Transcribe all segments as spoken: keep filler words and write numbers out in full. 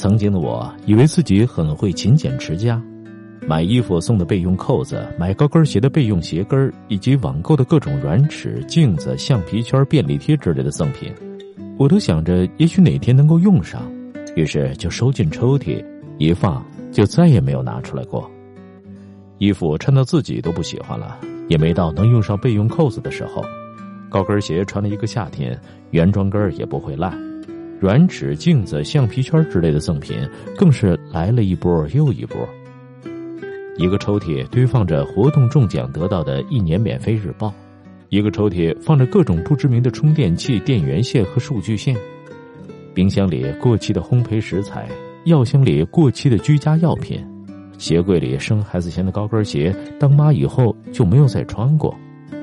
曾经的我以为自己很会勤俭持家，买衣服送的备用扣子，买高跟鞋的备用鞋跟，以及网购的各种软尺、镜子、橡皮圈、便利贴之类的赠品，我都想着也许哪天能够用上，于是就收进抽屉，一放就再也没有拿出来过。衣服穿到自己都不喜欢了，也没到能用上备用扣子的时候。高跟鞋穿了一个夏天，原装跟也不会烂。软尺、镜子、橡皮圈之类的赠品更是来了一波又一波。一个抽屉堆放着活动中奖得到的一年免费日报，一个抽屉放着各种不知名的充电器、电源线和数据线，冰箱里过期的烘焙食材，药箱里过期的居家药品，鞋柜里生孩子前的高跟鞋，当妈以后就没有再穿过。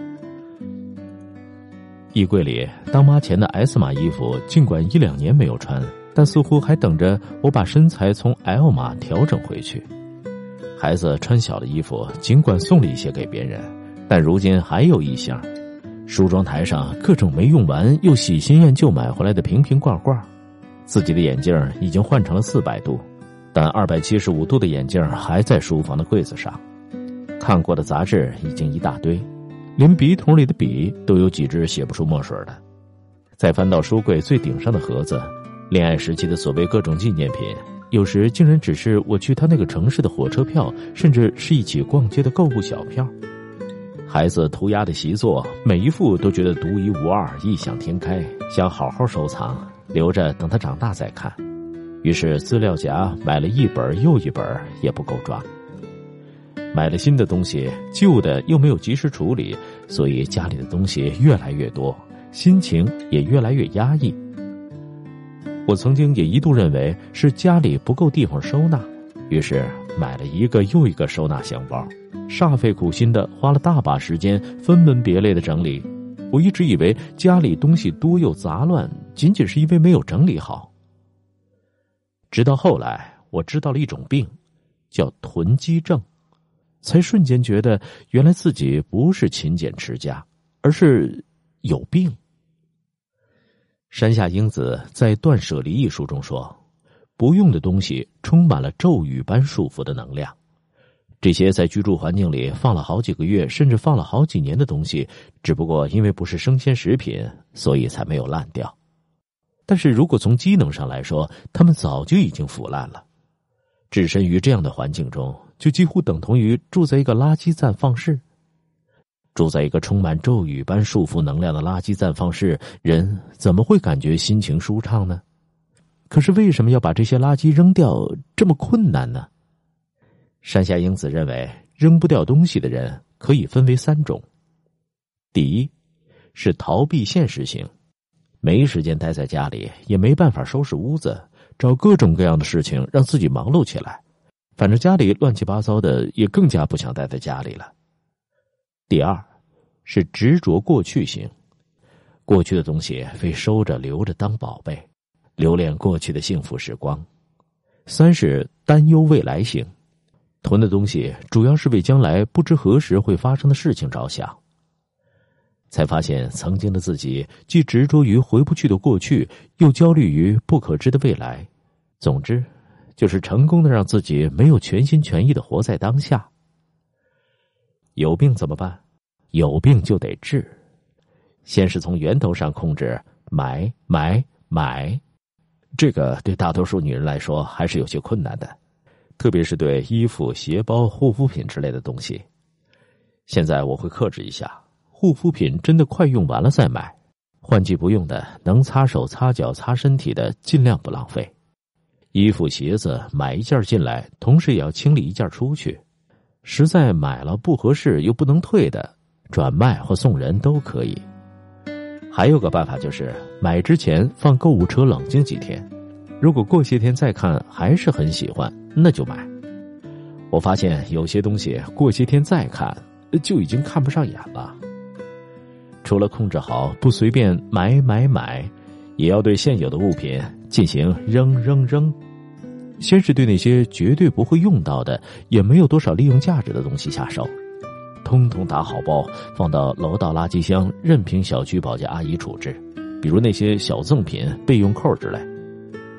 衣柜里当妈前的 S 码衣服，尽管一两年没有穿，但似乎还等着我把身材从 L 码调整回去。孩子穿小的衣服，尽管送了一些给别人，但如今还有一箱，梳妆台上各种没用完又喜新厌旧买回来的瓶瓶罐罐。自己的眼镜已经换成了四百度，但二百七十五度的眼镜还在书房的柜子上。看过的杂志已经一大堆，连笔筒里的笔都有几支写不出墨水的。再翻到书柜最顶上的盒子，恋爱时期的所谓各种纪念品，有时竟然只是我去他那个城市的火车票，甚至是一起逛街的购物小票。孩子涂鸦的习作，每一幅都觉得独一无二，异想天开，想好好收藏，留着等他长大再看。于是资料夹买了一本又一本，也不够装。买了新的东西，旧的又没有及时处理，所以家里的东西越来越多，心情也越来越压抑。我曾经也一度认为是家里不够地方收纳，于是买了一个又一个收纳箱包，煞费苦心的花了大把时间分门别类的整理。我一直以为家里东西多又杂乱，仅仅是因为没有整理好。直到后来我知道了一种病，叫囤积症，才瞬间觉得原来自己不是勤俭持家，而是有病。山下英子在《断舍离》一书中说，不用的东西充满了咒语般束缚的能量。这些在居住环境里放了好几个月，甚至放了好几年的东西，只不过因为不是生鲜食品，所以才没有烂掉。但是如果从机能上来说，它们早就已经腐烂了。置身于这样的环境中，就几乎等同于住在一个垃圾暂放室。住在一个充满咒语般束缚能量的垃圾暂放室，人怎么会感觉心情舒畅呢？可是为什么要把这些垃圾扔掉这么困难呢？山下英子认为，扔不掉东西的人可以分为三种。第一，是逃避现实型，没时间待在家里，也没办法收拾屋子，找各种各样的事情让自己忙碌起来，反正家里乱七八糟的，也更加不想待在家里了。第二，是执着过去型，过去的东西非收着留着当宝贝，留恋过去的幸福时光。三是担忧未来型，囤的东西主要是为将来不知何时会发生的事情着想。才发现曾经的自己既执着于回不去的过去，又焦虑于不可知的未来。总之，就是成功的让自己没有全心全意的活在当下。有病怎么办？有病就得治。先是从源头上控制买买买，这个对大多数女人来说还是有些困难的，特别是对衣服、鞋包、护肤品之类的东西。现在我会克制一下，护肤品真的快用完了再买，换季不用的，能擦手、擦脚、擦身体的尽量不浪费。衣服、鞋子买一件进来，同时也要清理一件出去。实在买了不合适又不能退的，转卖或送人都可以。还有个办法，就是买之前放购物车冷静几天，如果过些天再看还是很喜欢，那就买。我发现有些东西过些天再看就已经看不上眼了。除了控制好不随便买买买，也要对现有的物品进行扔扔扔。先是对那些绝对不会用到的，也没有多少利用价值的东西下手，通通打好包，放到楼道垃圾箱，任凭小区保洁阿姨处置。比如那些小赠品、备用扣之类。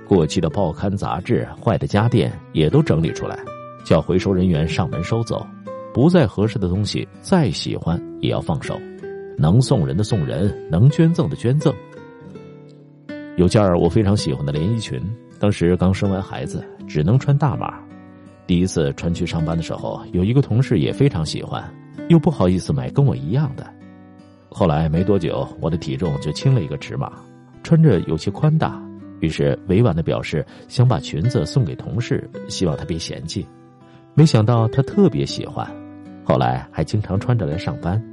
过期的报刊杂志、坏的家电也都整理出来，叫回收人员上门收走。不再合适的东西，再喜欢也要放手。能送人的送人，能捐赠的捐赠。有件我非常喜欢的连衣裙，当时刚生完孩子，只能穿大码。第一次穿去上班的时候，有一个同事也非常喜欢，又不好意思买跟我一样的。后来没多久，我的体重就轻了一个尺码，穿着有些宽大，于是委婉地表示想把裙子送给同事，希望他别嫌弃。没想到他特别喜欢，后来还经常穿着来上班。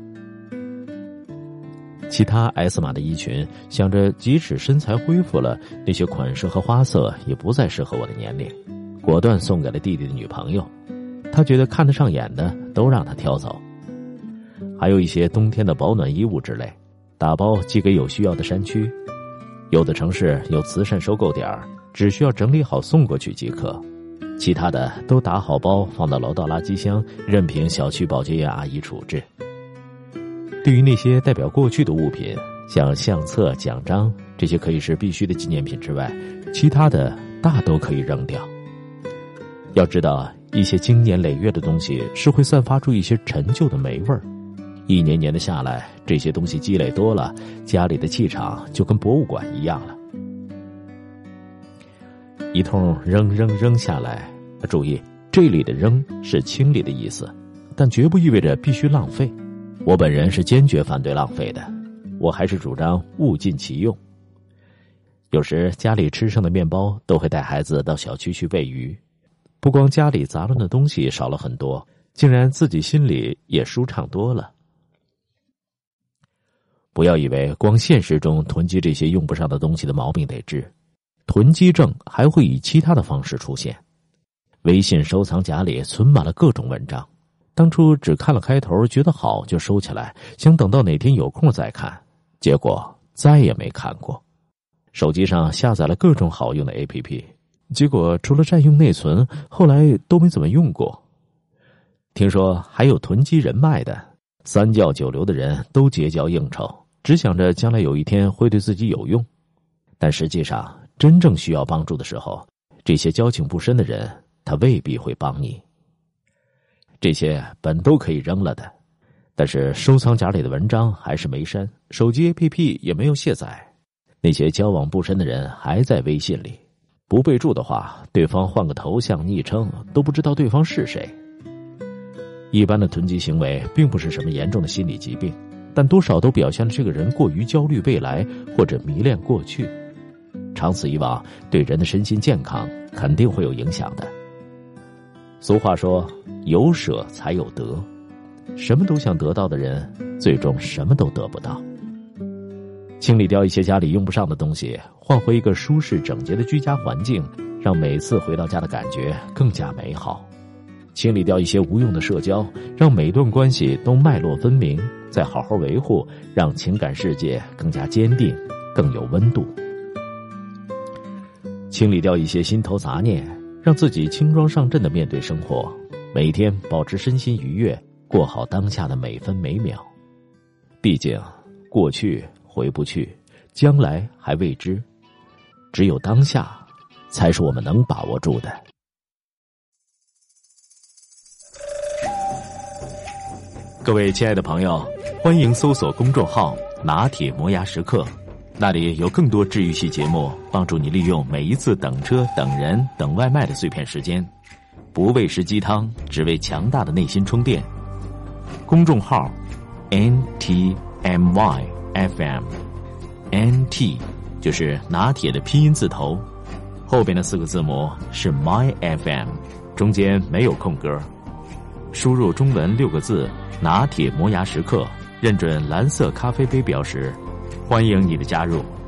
其他 S 码的衣裙，想着即使身材恢复了，那些款式和花色也不再适合我的年龄，果断送给了弟弟的女朋友。他觉得看得上眼的都让他挑走。还有一些冬天的保暖衣物之类，打包寄给有需要的山区。有的城市有慈善收购点，只需要整理好送过去即可，其他的都打好包放到楼道垃圾箱，任凭小区保洁员阿姨处置。对于那些代表过去的物品，像相册、奖章，这些可以是必须的纪念品之外，其他的大都可以扔掉。要知道，一些经年累月的东西是会散发出一些陈旧的霉味儿，一年年的下来，这些东西积累多了，家里的气场就跟博物馆一样了。一通扔扔扔下来，注意，这里的扔是清理的意思，但绝不意味着必须浪费。我本人是坚决反对浪费的，我还是主张物尽其用。有时家里吃剩的面包都会带孩子到小区去喂鱼，不光家里杂乱的东西少了很多，竟然自己心里也舒畅多了。不要以为光现实中囤积这些用不上的东西的毛病得治，囤积症还会以其他的方式出现。微信收藏夹里存满了各种文章，当初只看了开头觉得好就收起来，想等到哪天有空再看，结果再也没看过。手机上下载了各种好用的 A P P， 结果除了占用内存，后来都没怎么用过。听说还有囤积人脉的，三教九流的人都结交应酬，只想着将来有一天会对自己有用，但实际上真正需要帮助的时候，这些交情不深的人他未必会帮你。这些本都可以扔了的，但是收藏夹里的文章还是没删，手机 A P P 也没有卸载，那些交往不深的人还在微信里，不备注的话，对方换个头像昵称都不知道对方是谁。一般的囤积行为并不是什么严重的心理疾病，但多少都表现了这个人过于焦虑未来或者迷恋过去，长此以往对人的身心健康肯定会有影响的。俗话说，有舍才有得，什么都想得到的人，最终什么都得不到。清理掉一些家里用不上的东西，换回一个舒适整洁的居家环境，让每次回到家的感觉更加美好。清理掉一些无用的社交，让每段关系都脉络分明，再好好维护，让情感世界更加坚定，更有温度。清理掉一些心头杂念，让自己轻装上阵地面对生活，每天保持身心愉悦，过好当下的每分每秒。毕竟过去回不去，将来还未知，只有当下才是我们能把握住的。各位亲爱的朋友，欢迎搜索公众号拿铁磨牙时刻，那里有更多治愈系节目，帮助你利用每一次等车、等人、等外卖的碎片时间，不喂食鸡汤，只为强大的内心充电。公众号 N T M Y F M， N T 就是拿铁的拼音字头，后边的四个字母是 My F M， 中间没有空格。输入中文六个字拿铁磨牙时刻，认准蓝色咖啡杯标识，欢迎你的加入。